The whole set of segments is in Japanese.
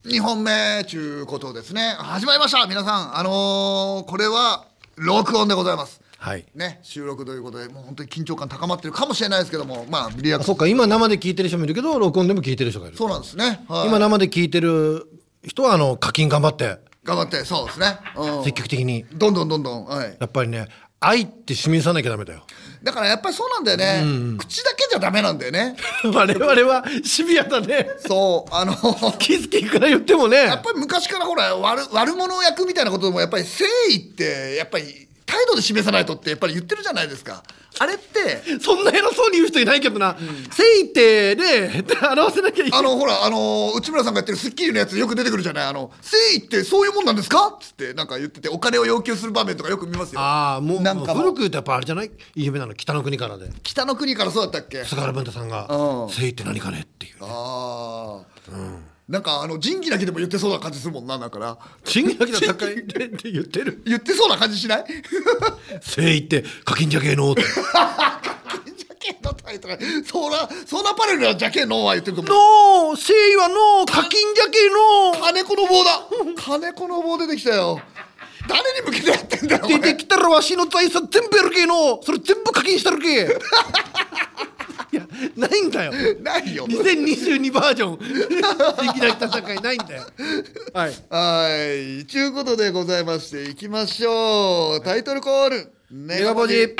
2本目ちゅうことですね。始まりました皆さん。これは録音でございます。 はいね、収録ということでもう本当に緊張感高まってるかもしれないですけども、まあリアクション。 そっか、今生で聞いてる人もいるけど録音でも聞いてる人がいる。 そうなんですね、はい、 今生で聞いてる人は課金頑張ってそうですね、 積極的にどんどん、はい、 やっぱりね、愛って示さなきゃダメだよ。 だからやっぱりそうなんだよね、口だけじゃダメなんだよね我々はシビアだね。 そう気づきから言ってもね、 やっぱり昔からほら悪者役みたいなことでもやっぱり誠意ってやっぱり態度で示さないとってやっぱり言ってるじゃないですか。あれってそんな偉そうに言う人いないけどな、誠意ってね表せなきゃいけない。 ほら内村さんがやってる『スッキリ』のやつよく出てくるじゃない。誠意ってそういうもんなんですかっつってなんか言ってて、お金を要求する場面とかよく見ますよ。 ああ、もうなんか古く言うとやっぱあれじゃない、有名なの北の国からで、 北の国からそうだったっけ。 菅原文太さんが誠意って何かねっていう、ね、 ああ、なんか仁義なきでも言ってそうな感じするもんな。だから仁義なきだ高いって言ってる言ってそうな感じしない誠意って課金じゃけえのってジャケのタイトル、ソーラパネルはジャケのは言ってると思う。 のー、誠意はのー、課金じゃけえのー、 金子の棒だ金子の棒出てきたよ。誰に向けてやってんだよ。 出てきたらわしの財産全部やるけえのー、それ全部課金したるけえいや、ないんだよ。 ないよ。 2022バージョンできなき戦いないんだよ。 はい、ちゅうことでございまして、いきましょう。タイトルコールネガポジ。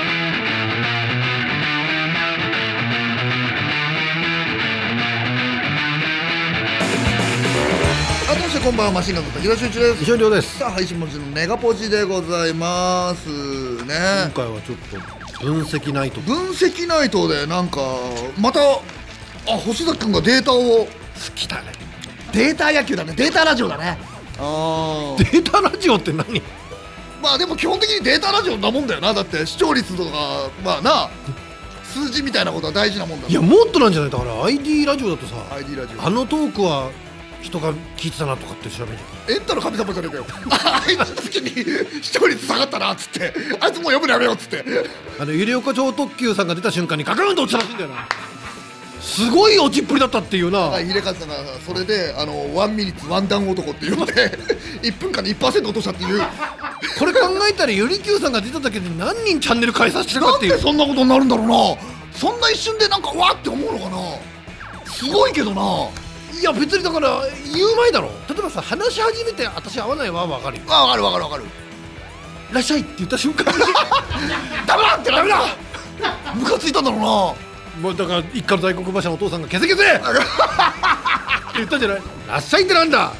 あとしてこんばんは、マシンガンズの武田修一です。 一緒に亮です。 さあ、配信文字のネガポジでございますね。 今回はちょっと分析ナイト。 分析ナイトでなんかまた星崎くんがデータを好きだね。 データ野球だね、データラジオだね。 データラジオって何？ まあでも基本的にデータラジオなもんだよな。だって視聴率とかまあな、数字みたいなことは大事なもんだ。 いや、もっとなんじゃない。だから ID ラジオだとさ、 ID ラジオトークは人が聞いてたなとかって調べるじゃん。 エンタの神様じゃねえかよあいつ好きに視聴率下がったなっつって、あいつもう呼ぶのやめようっつって、 ゆりおか超特急さんが出た瞬間にガクンと落ちたらしいんだよな。すごい落ちっぷりだったっていうな。 入れ替えさんがそれでワンミニッツワンダウン男って言って1分間で 1% 落としたっていう。 これ考えたらゆりきゅうさんが出ただけで何人チャンネル変えさせてるかっていう。 なんでそんなことになるんだろうな。そんな一瞬でなんかわって思うのかな。すごいけどな。 いや別にだから言う前だろ。例えばさ、話し始めて私合わないわ、分かるよ。 わかるいらっしゃいって言った瞬間にダメだってダメだムカついたんだろうな。 もうだから一家の大黒柱のお父さんが消せ消せって言ったんじゃない。らっしゃいってなんだ。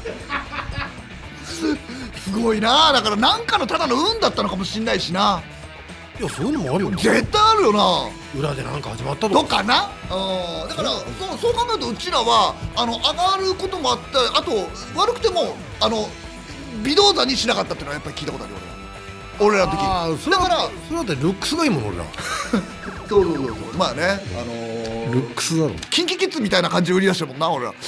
すごいな。だからなんかのただの運だったのかもしんないしな。 いや、そういうのもあるよな。 絶対あるよな。 裏でなんか始まったととかかな。だからそう考えるとうちらは上がることもあった。あと悪くても微動だにしなかったっていうのはやっぱり聞いたことあるよ俺らの時。だからそれだってルックスがいいもん俺らそうまあね、 ルックスだろ。 キンキキッズみたいな感じで売り出してるもんな俺ら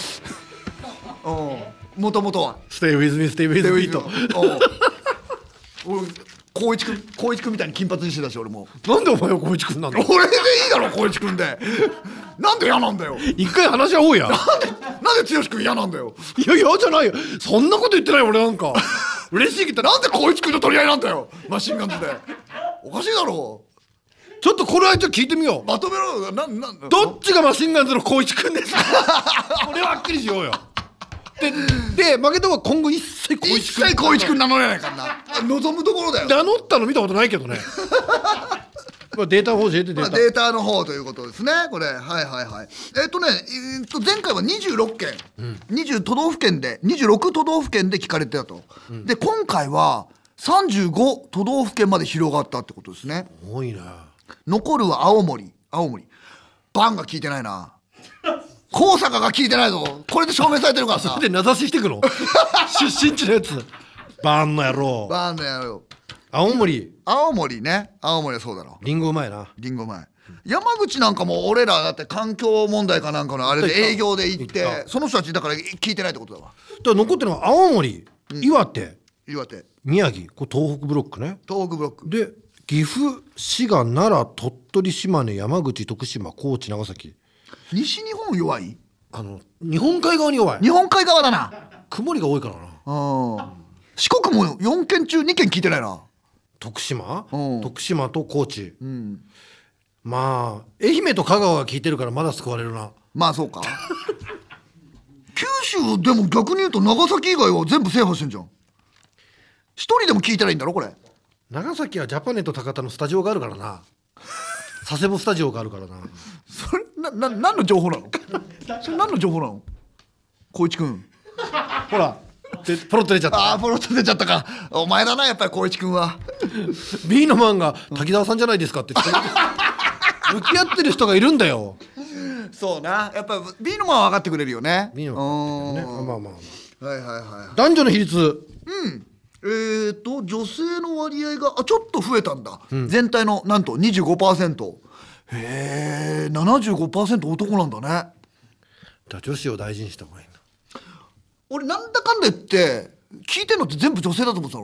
もともとはステイウィズミステイウィズミーと俺光一くんみたいに金髪にしてたし。俺もなんでお前は光一くんなんだ。 俺でいいだろ光一くんでなんで嫌なんだよ。 一回話し合おうや。 なんで剛くん嫌なんだよ。 いや嫌じゃないよ、そんなこと言ってない俺なんか嬉しいけど。 なんで光一くんと取り合いなんだよマシンガンズで。おかしいだろ。 ちょっとこれは聞いてみよう。 まとめろ。 どっちがマシンガンズの光一くんですかこれははっきりしようよ。で負けたは今後一切光一くん名乗れないからな。望むところだよ。 名乗ったの見たことないけどねまあデータの方教えて。 データの方ということですねこれ。はい前回は26件、20都道府県で26都道府県で聞かれてたと、で今回は35都道府県まで広がったってことですね。 多いな。 残るは青森。バンが聞いてないな。高坂が聞いてないぞ。これで証明されてるからさ。 それで名指ししてくの出身地のやつ。バーンの野郎。 バンの野郎。 青森ね。青森はそうだろう。 リンゴうまいな。 リンゴ前。山口なんかも俺らだって環境問題かなんかのあれで営業で行ってその人たちだから聞いてないってことだわ。 だから残ってるのは青森、岩手、宮城、これ東北ブロックね。 東北ブロックで岐阜、滋賀、奈良、鳥取、島根、山口、徳島、高知、長崎。 西日本弱い。 日本海側に弱い。 日本海側だな。 曇りが多いからな。 四国も4県中2県聞いてないな。 徳島うんと高知。 うんまあ愛媛と香川が聞いてるからまだ救われるな。 まあそうか。九州でも逆に言うと長崎以外は全部制覇してんじゃん。一人でも聞いたらいいんだろこれ。 長崎はジャパネット高田のスタジオがあるからな。佐世保スタジオがあるからな。 それ何の情報なの？それ何の情報なの？光一くん。 ほらでポロッと出ちゃった。 ああポロッと出ちゃったか。お前だなやっぱり光一くんは。 B のマンが滝沢さんじゃないですかって言って向き合ってる人がいるんだよ。 そうな。やっぱ B のマンは分かってくれるよね。 B のマンね。まあまあはいはいはい。 男女の比率。 女性の割合がちょっと増えたんだ、全体のなんと 25%。 へえ 75% 男なんだね。 じゃあ女子を大事にした方がいいんだ。 俺なんだかんだ言って聞いてんのって全部女性だと思ってたの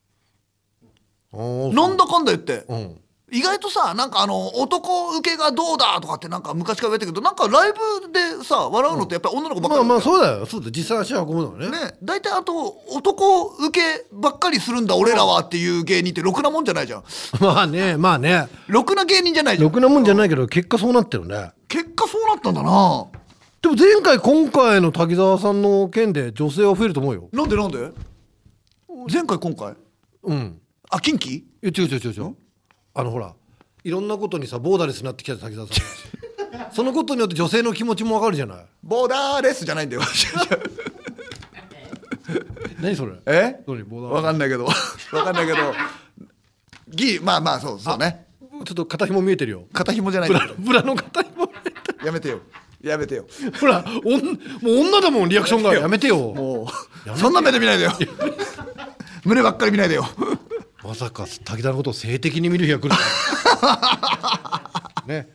俺。なんだかんだ言って、意外とさなんか男受けがどうだとかってなんか昔から言われたけど、なんかライブでさ笑うのってやっぱり女の子ばっかり、 まあそうだよ。そうだ、実際足を運ぶのはね。 大体あと男受けばっかりするんだ俺らはっていう芸人ってろくなもんじゃないじゃん。 まあねろくな芸人じゃないじゃん。 ろくなもんじゃないけど結果そうなってるね。 結果そうなったんだな。 でも前回今回の滝沢さんの件で女性は増えると思うよ。 なんで前回今回あ近畿違うほらいろんなことにさボーダレスになってきた滝沢さんそのことによって女性の気持ちもわかるじゃない。 ボーダーレスじゃないんだよ何それ。 分かんないけどまあそうね。 ちょっと肩紐見えてるよ。 肩紐じゃないんだよ。 ブラの肩紐見えてる。 やめてよほらもう女だもんリアクションが。やめてよもうそんな目で見ないでよ胸ばっかり見ないでよまさか滝沢のことを性的に見る日が来るね。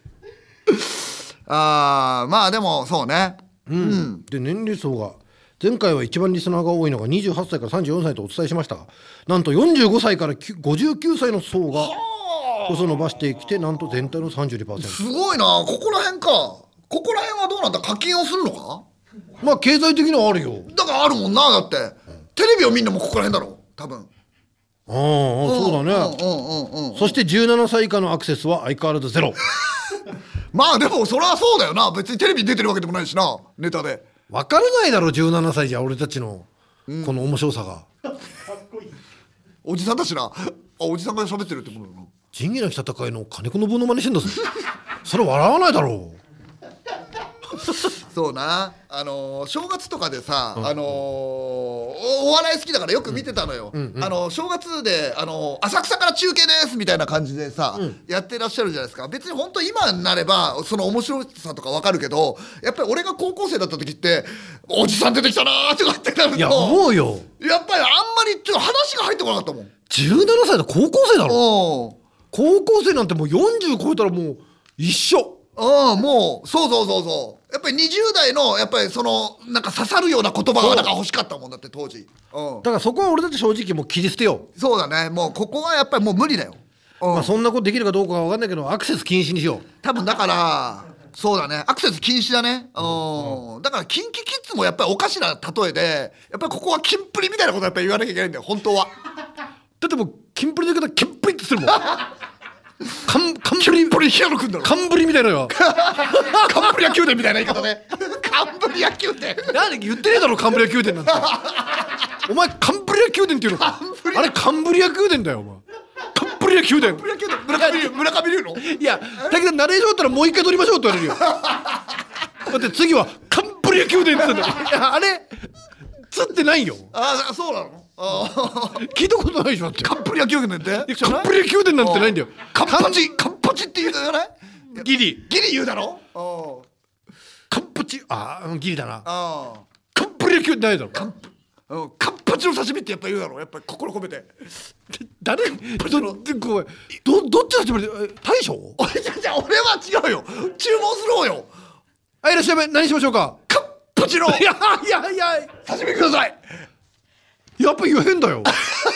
まあでもそうね。 で年齢層が前回は一番リスナーが多いのが28歳から34歳とお伝えしましたが、なんと45歳から59歳の層が細伸ばしてきて、なんと全体の 32%。 すごいな。ここら辺はどうなんだ。課金をするのか。 まあ経済的にはあるよ。 だからあるもんな。だってテレビを見んのもここら辺だろ多分。 そうだね。そして17歳以下のアクセスは相変わらずゼロまあでもそりゃそうだよな。別にテレビに出てるわけでもないしな、ネタで。 分からないだろ17歳じゃ俺たちのこの面白さが。 おじさんだしな。おじさんが喋ってるってことだな。 仁義なき戦いの金子の分の真似してんだぞそれ笑わないだろうそうな。正月とかでさ、お笑い好きだからよく見てたのよ。正月で浅草から中継ですみたいな感じでさ、やってらっしゃるじゃないですか。別に本当今になればその面白さとかわかるけど、やっぱり俺が高校生だった時っておじさん出てきたなーとかってなると、 いや思うよ。 やっぱりあんまりちょっと話が入ってこなかったもん。 17歳で高校生だろ。高校生なんてもう40超えたらもう一緒。 もうそうやっぱり20代のやっぱりそのなんか刺さるような言葉がなんか欲しかったもんだって当時。 だからそこは俺たち正直もう切り捨てよう。 そうだね。もうここはやっぱりもう無理だよ。 まあそんなことできるかどうかは分かんないけどアクセス禁止にしよう。 多分だからそうだね。アクセス禁止だね。だからキンキキッズもやっぱりおかしな例えでやっぱりここはキンプリみたいなことやっぱり言わなきゃいけないんだよ本当は。 だってもうキンプリの言い方キンプリってするもんカンプリ平野くんだろ。 カンブリみたいなよカンブリア宮殿みたいな言い方ね。カンブリア宮殿なんで言ってねえだろカンブリア宮殿なんてお前カンブリア宮殿っていうのか。あれカンブリア宮殿だよお前。カンブリア宮殿。 村上龍の。 いやだけどナレーションだったらもう一回撮りましょうって言われるよだって次はカンブリア宮殿って言ってんだよ。いやあれつってないよ。 そうなの。 聞いたことないでしょ。だってカンプリア宮殿ってカンプリア宮殿なんてないんだよ。 カンパチって言うじゃない。 ギリ言うだろ。 カンパチギリだな。 カンプリア宮殿ないだろ。 カンパチの刺身ってやっぱ言うだろ。やっぱり心込めて。 誰どっちのつもりで大将。 俺は違うよ。注文すろうよ。 いらっしゃい。何しましょうか。 カンパチのいや刺身ください。 やっぱ言えんだよ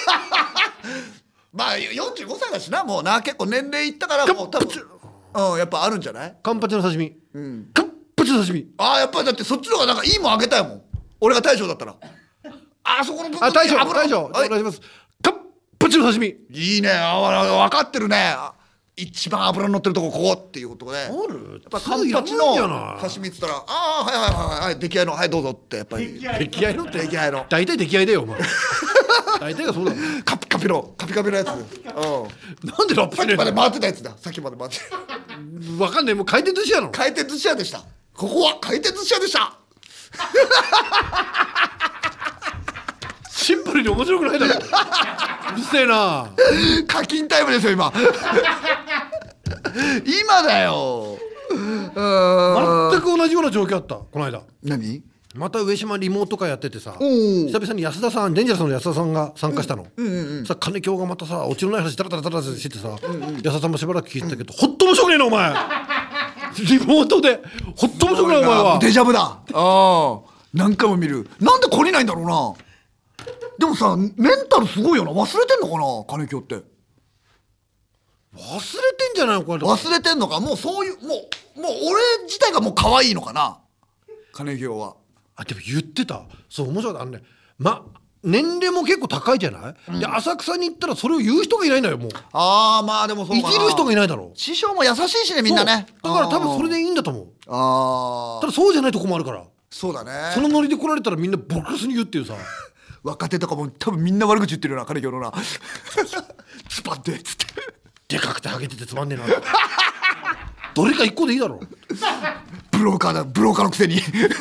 まあ45歳だしな。もうな結構年齢いったからもう多分やっぱあるんじゃない。 カンパチの刺身、カンパチの刺身。 やっぱりだってそっちの方がなんかいいもんあげたいもん、俺が大将だったら。そこの部分大将おはい願いします。カップチの刺身。 いいね、分かってるね。一番脂乗ってるとこここっていうことで、やっぱカンパチの刺身っつったらはい出来合いのはいどうぞってやっぱり出来合いのって出来合いの大体出来合いだよお前大体がそうだろ。 カピカピのやつ、 なんでラップしねえの。 さっきまで回ってたやつだ、さっきまで回ってわかんないもう回転寿司屋なの。 回転寿司屋でした、ここは回転寿司屋でした。 シンプルに面白くないだろうるせえな。 課金タイムですよ今今だよ。 全く同じような状況あったこの間。 何また上島リモート会やっててさ、 おー久々に安田さんデンジャラスの安田さんが参加したの、さ金京がまたさオチのない話ダラダラダラしててさ、安田さんもしばらく聞いてたけど、ほっと面白くねえなお前リモートでほっと面白くないお前は。 デジャブだ。何回も見る。なんで懲りないんだろうな。でもさメンタルすごいよな。忘れてんのかな金京って。 忘れてんじゃないのこれ。 忘れてんのか。もうそういうもう俺自体がもう可愛いのかな金京は。 でも言ってた。そう面白かった。年齢も結構高いじゃない、で浅草に行ったらそれを言う人がいないんだよもう。 まあでもそうかな。 いじる人がいないだろう。 師匠も優しいしねみんなね。 だから多分それでいいんだと思う。ただそうじゃないとこもあるから。 そうだね。 そのノリで来られたらみんなボックスに言うっていうさ若手とかも多分みんな悪口言ってるよな金京のなスパってっつってでかくてハゲててつまんねえなどれか一個でいいだろう。 ブローカーのくせに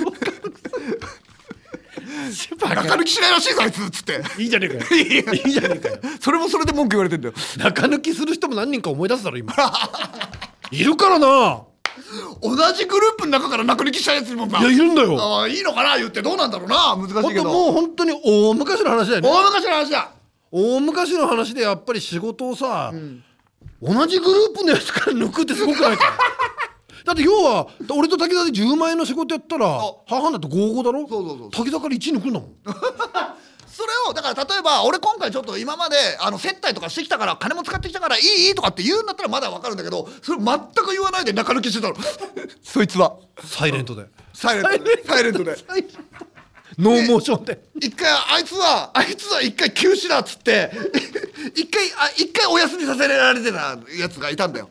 中抜きしないらしいぞあいつっつっていいじゃねえかよいいじゃねえかよそれもそれで文句言われてんだよ。 中抜きする人も何人か思い出すだろ今いるからな。 同じグループの中から中抜きしたやつもいやいるんだよ。 いいのかな言ってどうなんだろうな。難しいけどもう本当に大昔の話だよね。 大昔の話だ。 大昔の話でやっぱり仕事をさ、同じグループのやつから抜くってすごくないかだって要は俺と滝沢で10万円の仕事やったら母々だと55だろ。 そう滝沢から1抜くんだもんそれをだから例えば俺今回ちょっと今まで接待とかしてきたから金も使ってきたからいいとかって言うんだったらまだ分かるんだけど、それ全く言わないで中抜きしてたのそいつはサイレントでサイレントでノーモーションで一回あいつは一回休止だっつって一回お休みさせられてたやつがいたんだよ。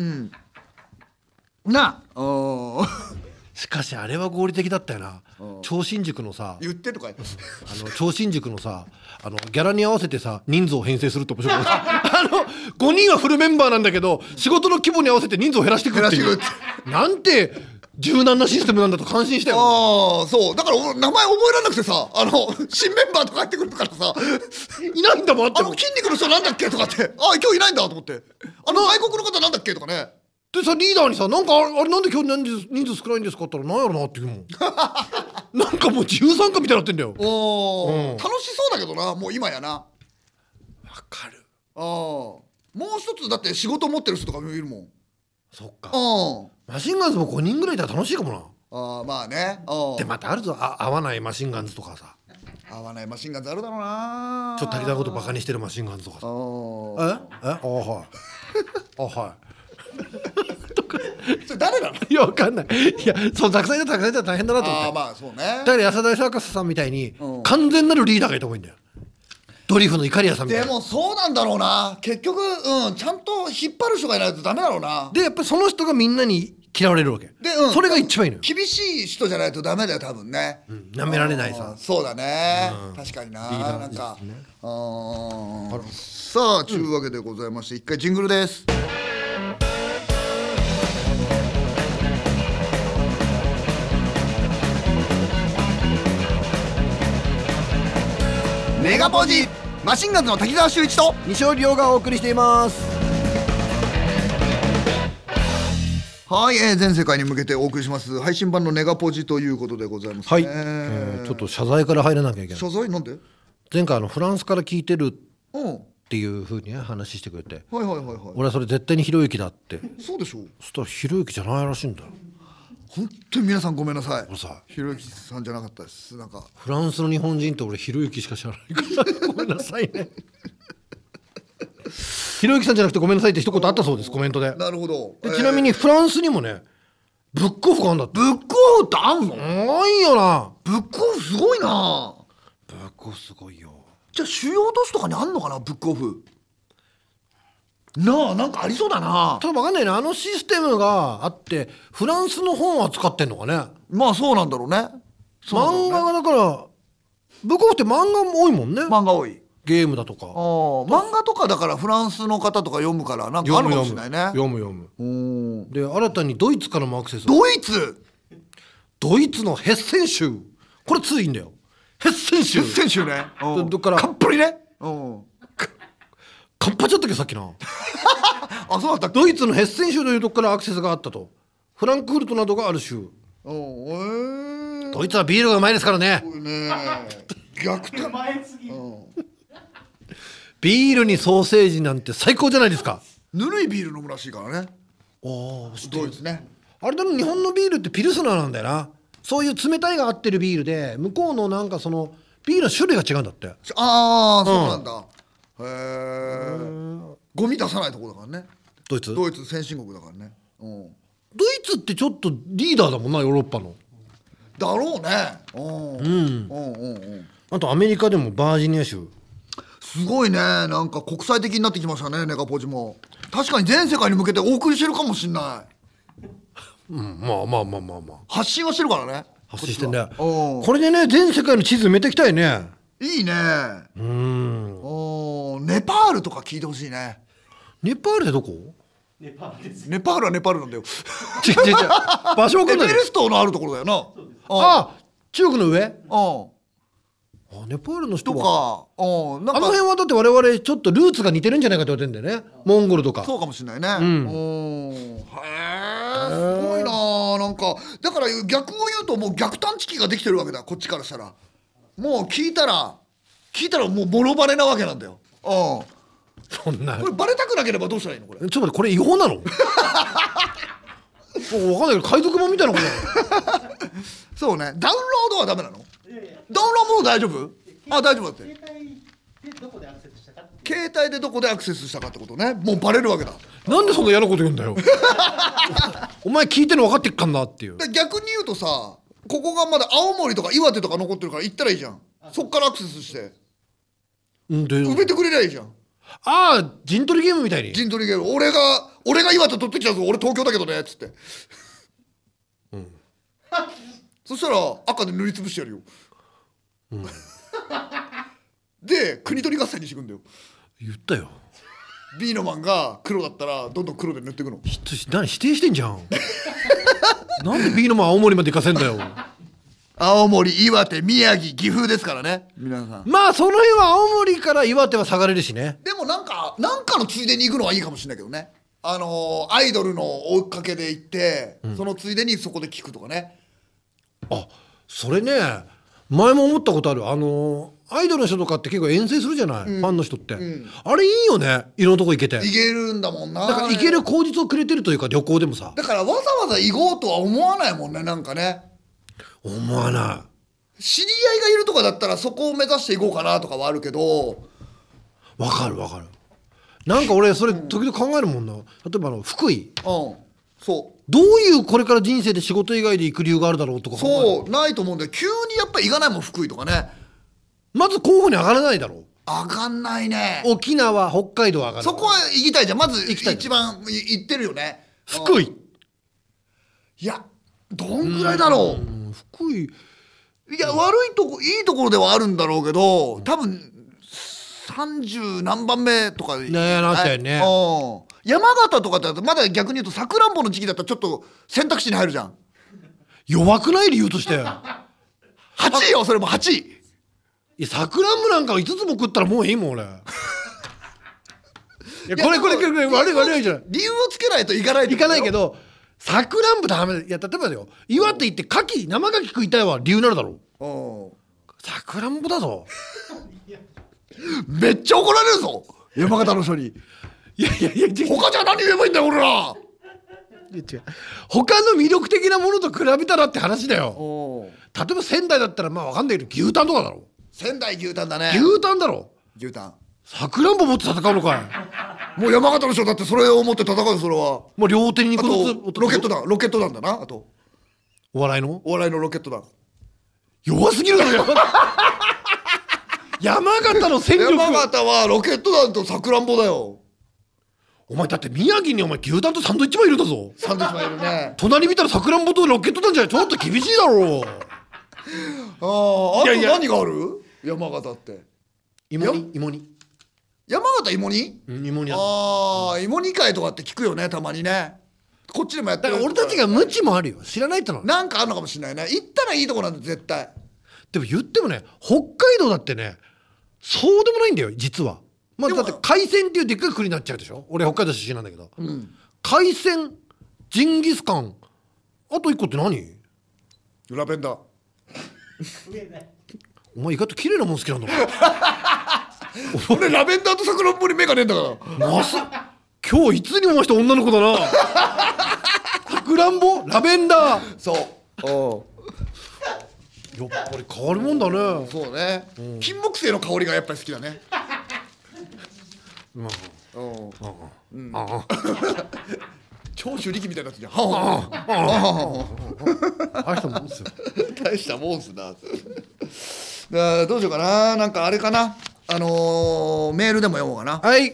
なあしかしあれは合理的だったよな。超新塾のさ言ってとか超新塾のさギャラに合わせてさ人数を編成するって面白い5人はフルメンバーなんだけど仕事の規模に合わせて人数を減らしていくっていうなんて柔軟なシステムなんだと感心したよ。 そうだから名前覚えられなくてさ新メンバーとか入ってくるからさいないんだもん。あっても筋肉の人なんだっけとかって今日いないんだと思って外国の方なんだっけとかね。 でさリーダーにさなんかあれなんで今日人数少ないんですかって言ったらなんやろなって言うもんなんかもう自由参加みたいになってんだよ。 楽しそうだけどなもう今やな。 わかる。 もう一つだって仕事持ってる人とかもいるもん。 そっか。マシンガンズも5人ぐらいいたら楽しいかもな。 まあね。 でまたあるぞ合わないマシンガンズとかさ。 合わないマシンガンズあるだろうな。 ちょっと足りないことバカにしてるマシンガンズとかさ。はいそれ誰なの？ いやわかんない。いやそうたくさんいたら大変だなと思って。 まあそうね。 だから安田大サーカスさんみたいに完全なるリーダーがいた方がいいんだよ。ドリフのイカリアさんみたいな。 でもそうなんだろうな結局。ちゃんと引っ張る人がいないとダメだろうな。 でやっぱりその人がみんなに嫌われるわけで、それが一番いいのよ。 厳しい人じゃないとダメだよ多分ね。 なめられないさ。 そうだね、確かにな。なんかさあちゅうわけでございまして一回ジングルです。メガポージマシンガンズの滝沢秀一と西尾亮がお送りしています。 はい、全世界に向けてお送りします配信版のネガポジということでございます、ね。 はい、ちょっと謝罪から入らなきゃいけない。 謝罪なんで？ 前回フランスから聞いてるっていうふうに話してくれて、俺はそれ絶対にひろゆきだって。 そうでしょ。 そしたらひろゆきじゃないらしいんだよ。 本当に皆さんごめんなさい。 さひろゆきさんじゃなかったです。なんかフランスの日本人って俺ひろゆきしか知らないからごめんなさいねひろゆきさんじゃなくてごめんなさいって一言あったそうですコメントで。 なるほど。 でちなみにフランスにもねブックオフがあんだって。 ブックオフってあんの？ ないよな。 ブックオフすごいな。 ブックオフすごいよ。 じゃあ主要都市とかにあんのかな、ブックオフ。なあ、なんかありそうだな。 ただ分かんないね、あのシステムがあってフランスの本を扱ってんのかね。 まあそうなんだろうね。 漫画がだからブックオフって漫画も多いもんね。 漫画多い。 ゲームだとか漫画とかだからフランスの方とか読むからなんかあるかもしれないね。 読むで、新たにドイツからもアクセス。 ドイツのヘッセン州、これ2いいんだよ。ヘッセン州ね。 どっからカップリね。 カッパちゃったっけさっきな。 あ、そうだったっけ。 ドイツのヘッセン州というとこからアクセスがあったと。フランクフルトなどがある州。ドイツはビールがうまいですからね。 逆転。 ビールにソーセージなんて最高じゃないですか。 ぬるいビール飲むらしいからね。 ドイツね。 あれだろ、日本のビールってピルスナーなんだよな。そういう冷たいが合ってるビールで、向こうのなんかそのビールの種類が違うんだって。 ああ、そうなんだ。へえ。ゴミ出さないとこだからね。ドイツ先進国だからね。 ドイツってちょっとリーダーだもんな、ヨーロッパの。 だろうね。 あとアメリカでもバージニア州。 すごいね。なんか国際的になってきましたね、ネガポジも。確かに全世界に向けてお送りしてるかもしんない。 まあ発信はしてるからね。 発信してんだよ。これでね、全世界の地図埋めていきたいね。 いいね。ネパールとか聞いてほしいね。 ネパールってどこ？ ネパールはネパールなんだよ。 違う場所わかんない。 エベレストのあるところだよな。 あ、中国の上？ネパールの人はあの辺はだって我々ちょっとルーツが似てるんじゃないかって言われてんだよね。モンゴルとか。 そうかもしれないね。へえ、すごいな。なんかだから逆を言うともう逆探知機ができてるわけだ、こっちからしたら。もう聞いたらもうボロバレなわけなんだよ。 そんなこれバレたくなければどうしたらいいのこれ。 ちょっと待って、これ違法なの？分かんないけど海賊版みたいなことだよ。 そうね。ダウンロードはダメなの？ダウンロードも大丈夫？あ、大丈夫だって。携帯でどこでアクセスしたかってことね。もうバレるわけだ。 なんでそんな嫌なこと言うんだよ。お前聞いてるの分かってっかんなっていう。 逆に言うとさ、ここがまだ青森とか岩手とか残ってるから行ったらいいじゃん。そっからアクセスして埋めてくれりゃいいじゃん。 ああ、陣取りゲームみたいに。 陣取りゲーム。俺が岩手取ってきたぞ、俺東京だけどねっつって。そしたら赤で塗りつぶしてやるよ。で国取り合戦にしてくんだよ。 言ったよ。 ビーノマンが黒だったらどんどん黒で塗っていくの。 何否定してんじゃん。なんでビーノマン青森まで行かせんだよ。 青森、岩手、宮城、岐阜ですからね、皆さん。 まあその辺は青森から岩手は下がれるしね。 でもなんかのついでに行くのはいいかもしれないけどね。アイドルの追っかけで行って、そのついでにそこで聞くとかね。 あ、それね、前も思ったことある。アイドルの人とかって結構遠征するじゃない、ファンの人って、あれいいよね、いろんなとこ行けて。 行けるんだもんな。 だから行ける口実をくれてるというか、旅行でもさ。 だからわざわざ行こうとは思わないもんね、なんかね。 思わない。 知り合いがいるとかだったらそこを目指していこうかなとかはあるけど。 わかる。なんか俺それ時々考えるもんな。例えば福井。 そうどういうこれから人生で仕事以外で行く理由があるだろうとか。 そうないと思うんだよ。急にやっぱり行かないもん、福井とかね。 まず候補に上がらないだろう。 上がんないね。 沖縄、北海道上がる。 そこは行きたいじゃん。まず一番行ってるよね。 福井。 いやどんぐらいだろう。 福井。 いや悪いとこいいところではあるんだろうけど、多分30何番目とかねえなったよね。 山形とかだとまだ逆に言うとさくらんぼの時期だったらちょっと選択肢に入るじゃん。 弱くない理由として 8位よ、それも8位。 いやさくらんぼなんか5つも食ったらもういいもん俺。いやこれ悪いじゃない。 理由をつけないといかないけど、さくらんぼダメ。いや例えばだよ、岩手行って生牡蠣食いたいは理由になるだろう。さくらんぼだぞ。 めっちゃ怒られるぞ山形の人に。 いや他じゃ何言えばいいんだよ俺ら。 他の魅力的なものと比べたらって話だよ。例えば仙台だったらまあ分かんないけど牛タンとかだろ。 仙台牛タンだね。 牛タンだろ。 牛タン。 さくらんぼ持って戦うのかい。もう山形の人だってそれを持って戦うよ。それはもう両手にロケット弾だな。あとお笑いのロケット団。 弱すぎるだろ山形の戦力。 山形はロケット団とさくらんぼだよ。 お前だって宮城にお前牛タンとサンドイッチマンいるんだぞ。 サンドイッチマンいるね。 隣見たらさくらんぼとロケット団じゃちょっと厳しいだろう。 あと何がある？山形って芋煮山形芋煮？ 芋煮。 芋煮会とかって聞くよね、たまにね。こっちでもやってる。 だから俺たちが無知もあるよ。知らないってのはなんかあるのかもしれないね。行ったらいいとこなんだ絶対。 でも言ってもね、北海道だってね、そうでもないんだよ実は。まあだって海鮮っていうでっかい国になっちゃうでしょ。俺北海道出身なんだけど、海鮮、ジンギスカン、あと一個って何？ ラベンダー。 お前意外と綺麗なもん好きなんだもん俺ラベンダーとさくらんぼに目がねえんだから今日いつにも増した女の子だなさくらんぼ、ラベンダー。 そうやっぱり変わるもんだね。 そうね、金木犀の香りがやっぱり好きだね。長州力みたいになってんじゃん。 大したもんですよ。 大したもんすな。どうしようかな。なんかあれかな、メールでも読もうかな。 はい。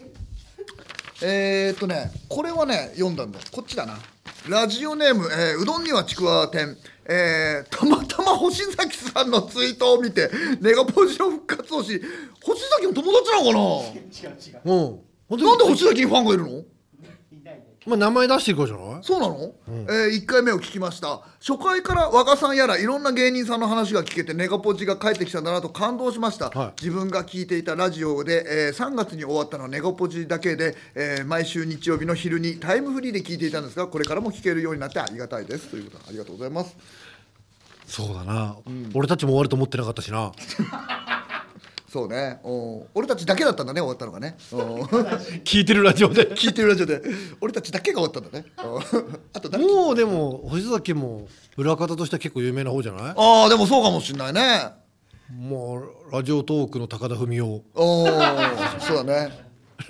これはね読んだんだ。こっちだな。ラジオネーム、うどんにはちくわ天。たまたま星崎さんのツイートを見てネガポジを復活をし、星崎の友達なのかな。なんで星崎にファンがいるの？ まあ名前出してるからじゃない？ そうなの？1回目を聞きました。初回から和賀さんやらいろんな芸人さんの話が聞けてネガポジが帰ってきたんだなと感動しました、自分が聞いていたラジオで、3月に終わったのはネガポジだけで、毎週日曜日の昼にタイムフリーで聞いていたんですが、これからも聞けるようになってありがたいですということで、ありがとうございます。 そうだな、俺たちも終わると思ってなかったしなそうね、俺たちだけだったんだね、終わったのがね。 聞いてるラジオで俺たちだけが終わったんだね。あともうでも星崎も裏方としては結構有名な方じゃない？ でもそうかもしれないね。 もうラジオトークの高田文夫。 そうだね。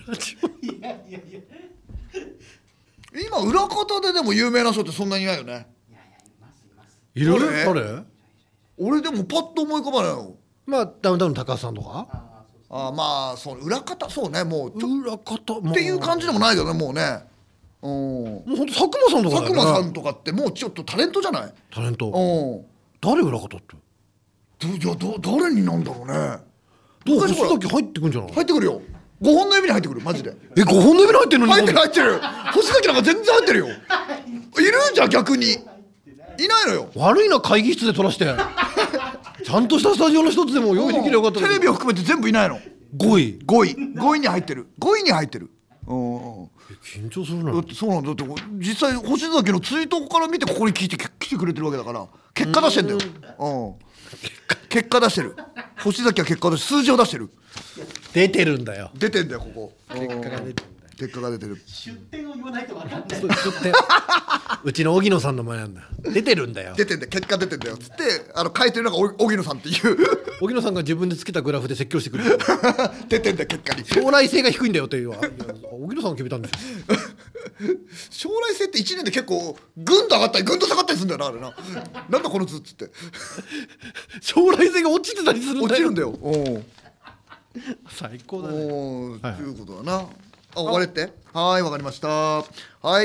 今裏方ででも有名な人ってそんなにいないよね。 いる？誰？ 俺でもパッと思い浮かばないよ。 まあダウンタウンの高橋さんとか。 まあそう裏方、そうね、もう裏方っていう感じでもないよね、もうね。 もうほんと佐久間さんとかだよね。 佐久間さんとかってもうちょっとタレントじゃない？ タレント。誰裏方って？ 誰になんだろうね。 どう？星崎入ってくんじゃない？ 入ってくるよ。5本の指に入ってくる、マジで。 5本の指に入ってるのに？ 入ってる。星崎なんか全然入ってるよ。いるじゃん、逆に。いないのよ。 悪いな、会議室で撮らしてちゃんとしたスタジオの一つでも用意できればよかった。 テレビを含めて全部いないの。 5 位に入ってる。緊張するな。 だってそうなんだ。だって実際星崎のツイートから見てここに来てくれてるわけだから、結果出してんだよ。結果出してる。星崎は結果出して数字を出してる。 出てるんだよ。 出てんだよ、ここ。 結果が出てるんだよ。 結果が出てる。 出典を言わないと分かんない。 うちの荻野さんの前なんだ。出てるんだよ。 出てんだよ、結果出てんだよつって書いてるのが荻野さんっていう荻野さんが自分でつけたグラフで説教してくれる出てんだよ、結果に。 将来性が低いんだよっていうのは荻野さんが決めたんでし将ょ来性って1年で結構ぐんと上がったりぐんと下がったりするんだよな、あれな。なんだこの図っつって将来性が落ちてたりするんだよ。 落ちるんだよ。 最高だね。 ということだな。終われって。はい、わかりました。はい、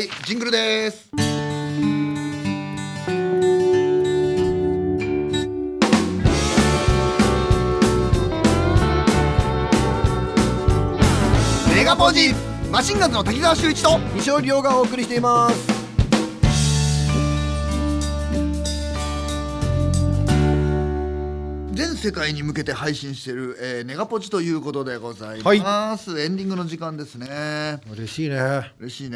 ジングルです。メガポージマシンガンズの滝沢秀一と西尾亮がお送りしています。 全世界に向けて配信している、ネガポジということでございます、エンディングの時間ですね。 嬉しいね。 嬉しいね。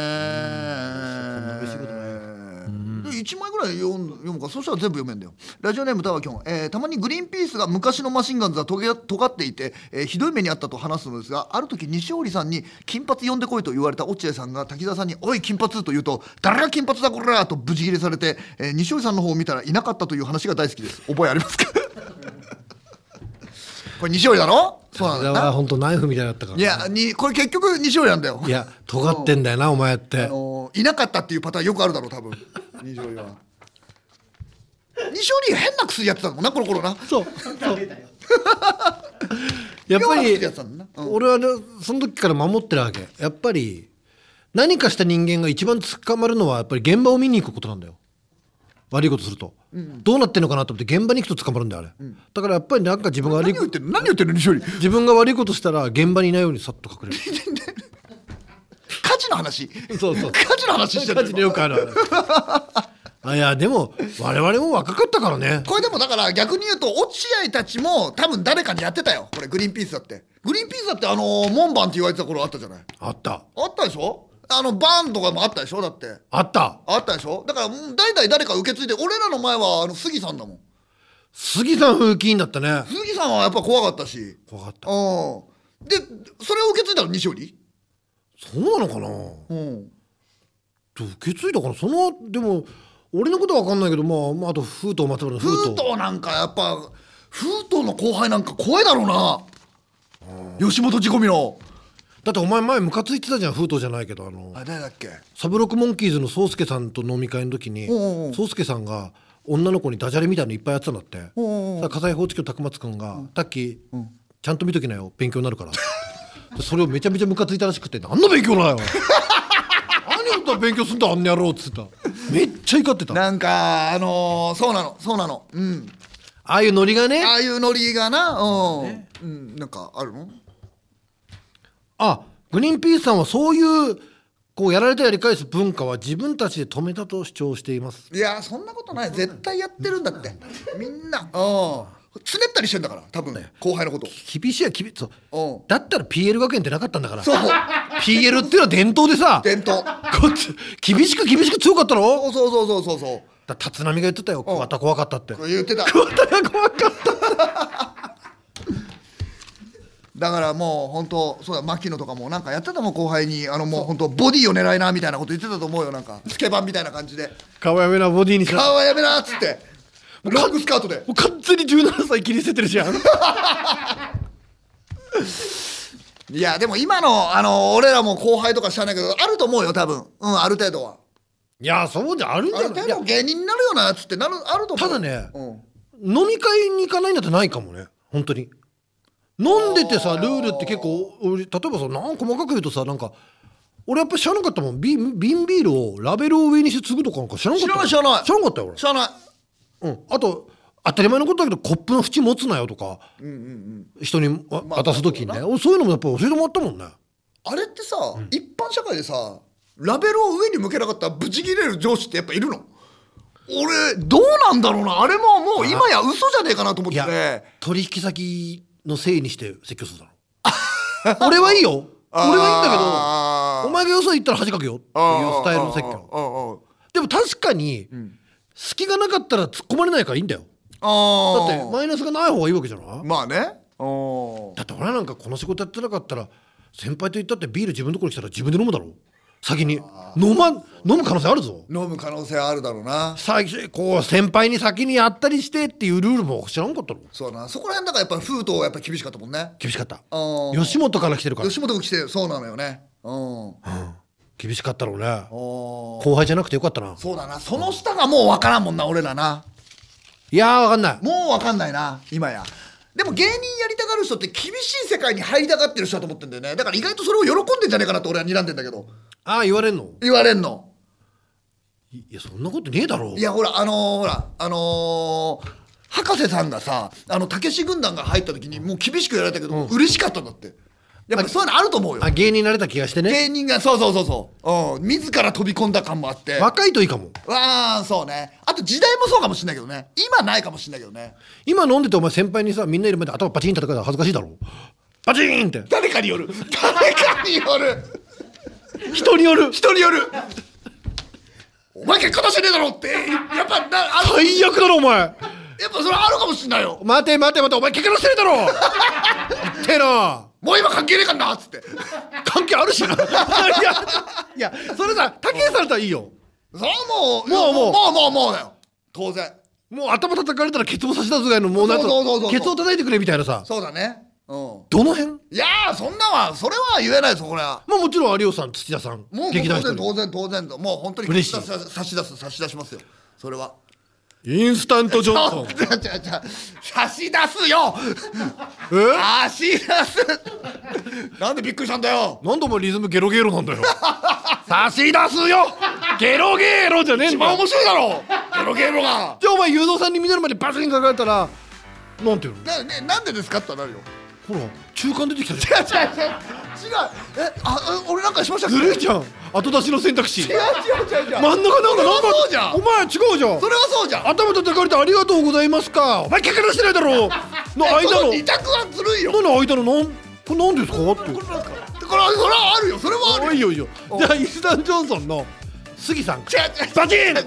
嬉しいことない。 1枚ぐらい読むか。そしたら全部読めんだよ。ラジオネームタワキョン、たまにグリーンピースが昔のマシンガンズは尖っていて、ひどい目にあったと話すのですが、ある時西織さんに金髪呼んでこいと言われた落合さんが滝沢さんにおい金髪と言うと、誰が金髪だこらとブチ切れされて、西織さんの方を見たらいなかったという話が大好きです。覚えありますか？これ西織だろ？そうなんだよな。 本当ナイフみたいだったから。 いやこれ結局西織なんだよ。 いや尖ってんだよなお前って。 いなかったっていうパターンよくあるだろう多分。西織は。 西織変な薬やってたもんなこの頃な。 そう出たよ。 やっぱり妙な薬やってたんだな、 俺はねその時から守ってるわけ。やっぱり何かした人間が一番捕まるのはやっぱり現場を見に行くことなんだよ。悪いことすると、どうなってんのかなと思って現場に行くと捕まるんだよあれ、だからやっぱりなんか自分が悪い何言ってんの何言ってんの西織。 自分が悪いことしたら現場にいないようにさっと隠れる火事の話。 そうそう火事の話してる感じでよくあるあいやでも我々も若かったからね。 これでもだから逆に言うと落合たちも多分誰かにやってたよこれ。グリーンピースだってグリーンピースだって門番って言われてた頃あったじゃない。 あったあったでしょ。バーンとかもあったでしょ。だってあったあったでしょ。だから代々誰か受け継いで、俺らの前は杉さんだもん。 杉さん風紀委員だったね。 杉さんはやっぱ怖かったし。 怖かった。 でそれを受け継いだの西織。 そうなのかな、受け継いだからそのでも俺のことは分かんないけど、まあ、あと封筒松原の封筒なんかやっぱ封筒の後輩なんか怖いだろうな。吉本仕込みの。 だってお前前ムカついてたじゃん。封筒じゃないけど誰だっけ。 サブロックモンキーズの宗介さんと飲み会の時に宗介さんが女の子にダジャレみたいのいっぱいやってたんだって。さあ火災報知器の高松くんが「タッキー、ちゃんと見ときなよ勉強になるから」でそれをめちゃめちゃムカついたらしくて「何の勉強だよ何やったら勉強すんだあんな野郎」っつってた。めっちゃ怒ってた。 なんかそうなのああいうノリがね。 ああいうノリがななんかあるの。 グリーンピースさんはそういうこうやられたやり返す文化は自分たちで止めたと主張しています。 いやそんなことない。絶対やってるんだってみんな。つねったりしてんだから多分後輩のこと。 厳しいは厳しい。そうだったら PL 学園ってなかったんだから。 そう PL っていうのは伝統でさ伝統こっち厳しく強かったろ。 そうだ立浪が言ってたよ。桑田怖かったって言ってた。 桑田が怖かっただからもう本当そうだ。牧野とかもなんかやってたもん後輩にもう本当ボディを狙いなみたいなこと言ってたと思うよ。なんかスケバンみたいな感じで顔やめなボディにし顔はやめなっつってロングスカートでもう完全に17歳切り捨ててるじゃんいやでも今の俺らも後輩とか知らないけどあると思うよ多分。ある程度は。 いやそうじゃあるんじあるゃない。 程度芸人になるようなやつってあると思う。 ただね、飲み会に行かないんだってないかもね本当に。飲んでてさルールって結構例えばさなんか細かく言うとさなんか俺やっぱ知らなかったもん。瓶ビールをラベルを上にして継ぐとかなんか知らなかった。 知らない知らなかったよ俺。 知らない。 あと当たり前のことだけどコップの縁持つなよとか、人に渡す時にね、そういうのもやっぱ教えてもらったもんね。 あれってさ、一般社会でさラベルを上に向けなかったらブチ切れる上司ってやっぱいるの。俺どうなんだろうな。あれももう今や嘘じゃねえかなと思ってね。 取引先のせいにして説教するだろ俺はいいよ俺はいいんだけどお前がよそ言ったら恥かくよっていうスタイルの説教。でも確かに、隙がなかったら突っ込まれないからいいんだよ。だってマイナスがない方がいいわけじゃない。 まあね。だって俺なんかこの仕事やってなかったら先輩と言ったってビール自分のところに来たら自分で飲むだろう。先に飲む可能性あるぞ。 飲む可能性あるだろうな。 こう先輩に先にやったりしてっていうルールも知らんかったの。 そうな。そこら辺だからやっぱ封筒はやっぱ厳しかったもんね。 厳しかった。吉本から来てるから。 吉本も来てる。そうなのよね。 厳しかったろうね。後輩じゃなくてよかったな。 そうだな。その下がもう分からんもんな俺らな。 いやー分かんない。 もう分かんないな今や。でも芸人やりたがる人って厳しい世界に入りたがってる人だと思ってんだよね。だから意外とそれを喜んでんじゃねえかなと俺は睨んでんだけど。 ああ言われんの。 言われんの。 いやそんなことねえだろう。 いやほら博士さんがさたけし軍団が入った時にもう厳しくやられたけど、嬉しかったんだって。やっぱりそういうのあると思うよ。 芸人になれた気がしてね。 芸人がそう自ら飛び込んだ感もあって。 若いといいかも。 そうね。あと時代もそうかもしれないけどね。今ないかもしれないけどね。 今飲んでてお前先輩にさみんないる前で頭パチン叩かれたら恥ずかしいだろ。パチンって。 誰かによる人によるお前結果出してねえだろってやっぱ最悪だろお前。 やっぱそれあるかもしんないよ。 待てお前結果出してねえだろってな。 もう今関係ねえかなっつって関係あるしないやそれさ武井さんだったらいいよ。 それはもうだよ当然。 もう頭叩かれたらケツを差し出すぐらいのもうなんかケツを叩いてくれみたいなさ。 そうだね。 どの辺。 いやそんなはそれは言えないぞこれは。 もちろん有吉さん土田さんもう劇団一人当然もう本当に嬉しい。 差し出しますよそれは。 インスタントジョンソン。 差し出すよ。差し出す。なんでびっくりしたんだよ。 なんでお前リズムゲロゲロなんだよ。差し出すよ。ゲロゲロじゃねえんだよ。 一番面白いだろゲロゲロが。 じゃあお前雄三さんにみんなの前でバチンかかれたらなんていうの。 なんでですかってなるよ。 ほら中間出てきたじゃん。 違う。俺なんかしましたっけ。 ずるいじゃん。後出しの選択肢。 違う。 真ん中なんかそうじゃん。 お前違うじゃん。 それはそうじゃん。 頭叩かれてありがとうございますか。お前結果出してないだろう。の間の二択はずるいよ。 の間のこれ何ですかって。 これはあるよ。それはあるよ。 いいよ。じゃあインスタントジョンソンの杉さん。 違うバチン。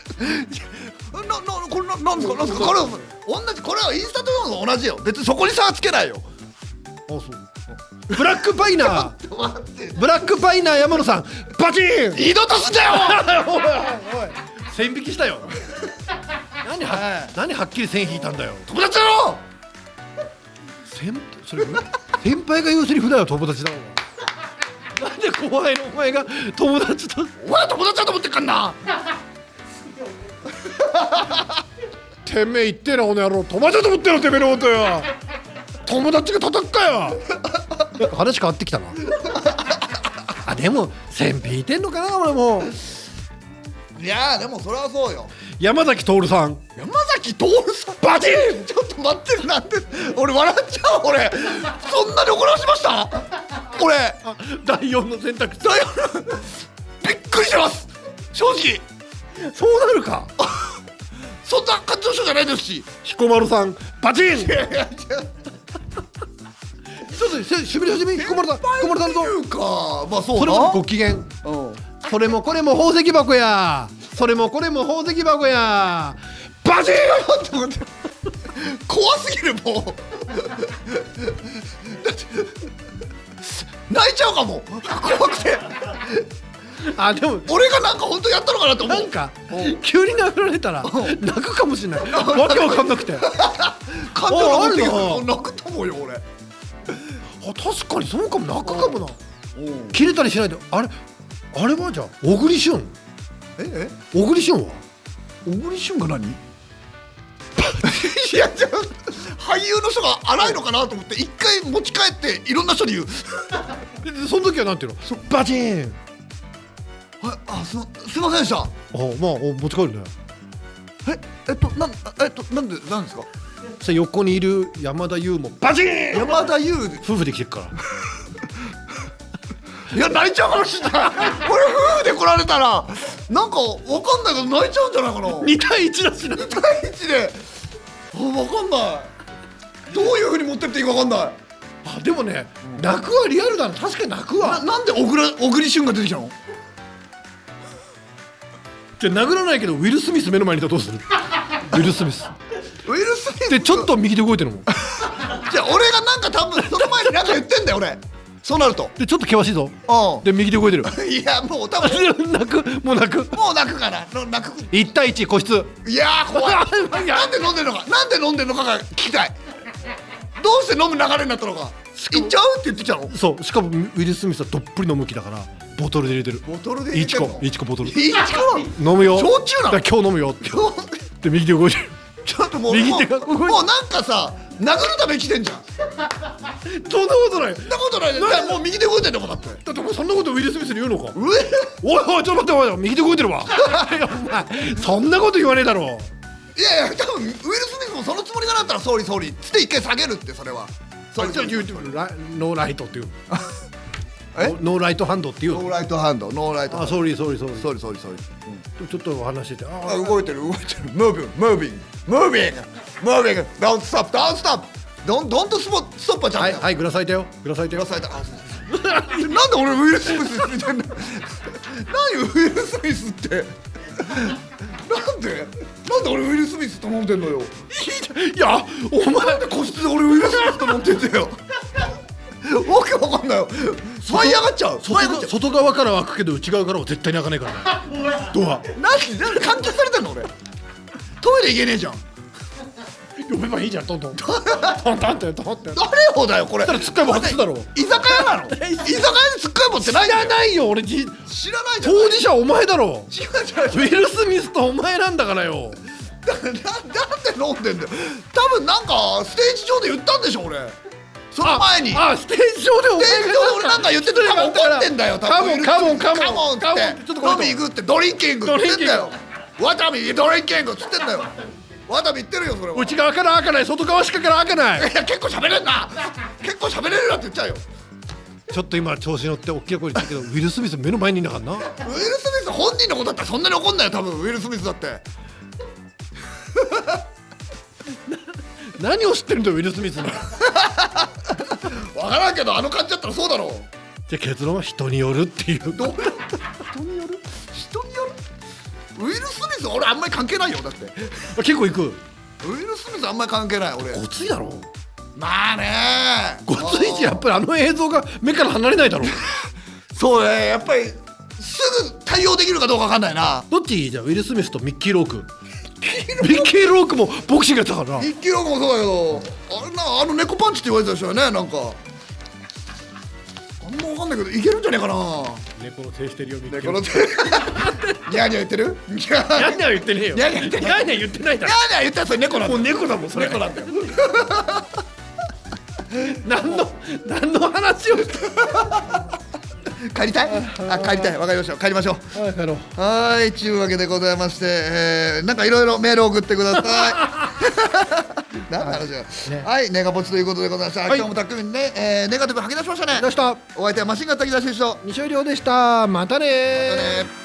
なんですかこれ同じ。これはインスタというのと同じよ。別にそこに差はつけないよ。 あ、そう。ブラックパイナー山野さんバチン。 二度とすんだよ。 おい線引きしたよ。何はっきり線引いたんだよ。 友達だろ。 それ先輩が言うセリフだよ。友達だろ。なんで怖いのお前が友達と。 お前は友達だと思ってっかんな。 てめえ言ってなこの野郎。友達だと思ってろてめえのことよ。友達が叩くかよ。話変わってきたな。あ、でも線引いてんのかな俺も。 いやでもそれはそうよ。 山崎徹さん。 山崎徹さんバチン。ちょっと待ってる。なんで俺笑っちゃう。俺そんなに怒らしました。俺第4の選択肢。 びっくりしてます正直。 そうなるか。 そんな感じの人じゃないですし。 彦摩呂さんバチン。ちょっとしびれ始め。彦摩呂さんというかまあそうな。 それもご機嫌。それもこれも宝石箱や。それもこれも宝石箱や。バチン。 待って怖すぎるもう。だって泣いちゃうかも怖くて。 あ、でも俺がなんか本当やったのかなと思う。 なんか急に殴られたら泣くかもしれない。わけわかんなくて。 感情があるな。 泣くと思うよ俺。 あ、確かにそうかも。泣くかもな。切れたりしないで。あれはじゃあ小栗旬。小栗旬は小栗旬が何。いやじゃあ俳優の人が荒いのかなと思って一回持ち帰っていろんな人に言う。 その時はなんていうの。バチーン。 すいませんでした。 まあ持ち帰るね。 なんですか。 さ、横にいる山田優もバチーン。 山田優夫婦で来てるからいや泣いちゃうかもしれない。俺夫婦で来られたらなんかわかんないけど泣いちゃうんじゃないかな。 2対1だしな。 2対1でわかんない。どういう風に持ってっていいかわかんない。 あ、でもね、泣くはリアルだな。確かに泣くわ。 なんで小栗旬が出てきたの。 じゃあ殴らないけどウィル・スミス目の前にいたらどうする。ウィル・スミスでちょっと右手動いてるもん。 じゃあ俺がなんか多分その前になんか言ってんだよ俺。そうなるとでちょっと険しいぞ。で右手動いてる。 いやもう多分泣く。もう泣くかな。泣く。 1対1個室。 いやー怖い。なんで飲んでんのかが聞きたい。どうして飲む流れになったのか。行っちゃうって言ってきたの。 そう。しかもウィル・スミスはどっぷり飲む気だからボトルで入れてる。 ボトルで入れてるの。 1個ボトル。 1個飲むよ。 焼酎なの。 だから今日飲むよって。で右手動いてる。 ちょっともう右手が動いてる。 もうなんかさ殴るために来てんじゃん。 そんなことない。 そんなことない。だからもう右手動いてんのかだって。 だってそんなことウィル・スミスに言うのか。 おいちょっと待って右手動いてるわ。いやお前そんなこと言わねえだろ。 いや多分ウィル・スミスもそのつもりがなったら総理つって一回下げるって。それはじゃあノーライトっていう。 えノーライトハンドっていう。 ノーライトハンド。ノーライトハンド。 ソーリーちちょっとお話してて。 動いてる。ムービングDon't stop Don't stop はちゃんと。 はいグラサイだよ。 なんで俺ウィル・スミスみたいな。何ウィル・スミスってなんで俺ウィル・スミスと飲んでんのよ。 いやお前で個室で俺ウィル・スミスと飲んでんだよ。わけわかんないよ。舞い上がっちゃう。 外側からは開くけど内側からは絶対に開かないからね。ドアなんで監禁されてんの俺。トイレ行けねえじゃん。 呼べばいいじゃん。トントントンって誰よだよこれ。 つっかい棒外すだろ。 居酒屋なの。居酒屋でつっかい棒ってないんだよ。 知らないよ俺。 知らないじゃん。 当事者お前だろ。 違うウィル・スミスとお前なんだからよ。 なんで飲んでんだよ。多分なんかステージ上で言ったんでしょ俺。その前にステージ上でお前ステージ上で俺なんか言ってて多分怒ってんだよ。多分カモンってちょっと飲み行くってドリンキングって言ってんだよ。ワタミドリンキングっつってんだよ。ワタミ言ってるよそれは。 内側から開かない外側しかから開かない。 いや結構喋れんな。結構喋れるなって言っちゃうよ。 ちょっと今調子乗って大きな声で言ったけどウィル・スミス目の前にいなかんな。 ウィル・スミス本人のことだったらそんなに怒んないよ多分。ウィル・スミスだって何を知ってるんだよウィル・スミスの。 分からんけどあの感じだったらそうだろう。 じゃあ結論は人によるっていう。 人によるウィル・スミス俺あんまり関係ないよ。だって結構いく。 ウィル・スミスあんまり関係ない俺。 ごついだろ。 まあねごついしやっぱりあの映像が目から離れないだろ。 そうねやっぱりすぐ対応できるかどうか分かんないな。 どっちじゃあウィル・スミスとミッキー・ローク。ミッキー・ロークもボクシングやったからな。 一キロもそうだけどあの猫パンチって言われてた人はねなんかあんま分かんないけどいけるんじゃねえかな。 猫の手してるよミッキー。 猫の手ニャーニャー言ってる。ニャーニャンニャン言ってねえよ。 ニャンニャン言ってないニャンニャン言ってないだろ。 ニャーニャー言ったらそれ猫なんだよ。 もう猫だもんそれ。 猫なんだよ。 何の話を。 帰りたい？帰りたい。わかりました。帰りましょう。 はい帰ろう。 はいちゅうわけでございまして、なんかいろいろメールを送ってください。何の話が、はいネガポチということでございました。今日もたっくりにね、ネガティブ吐き出しましたね。 出した。 お相手はマシンガン滝田修士と西尾亮でした。またねー。 またね。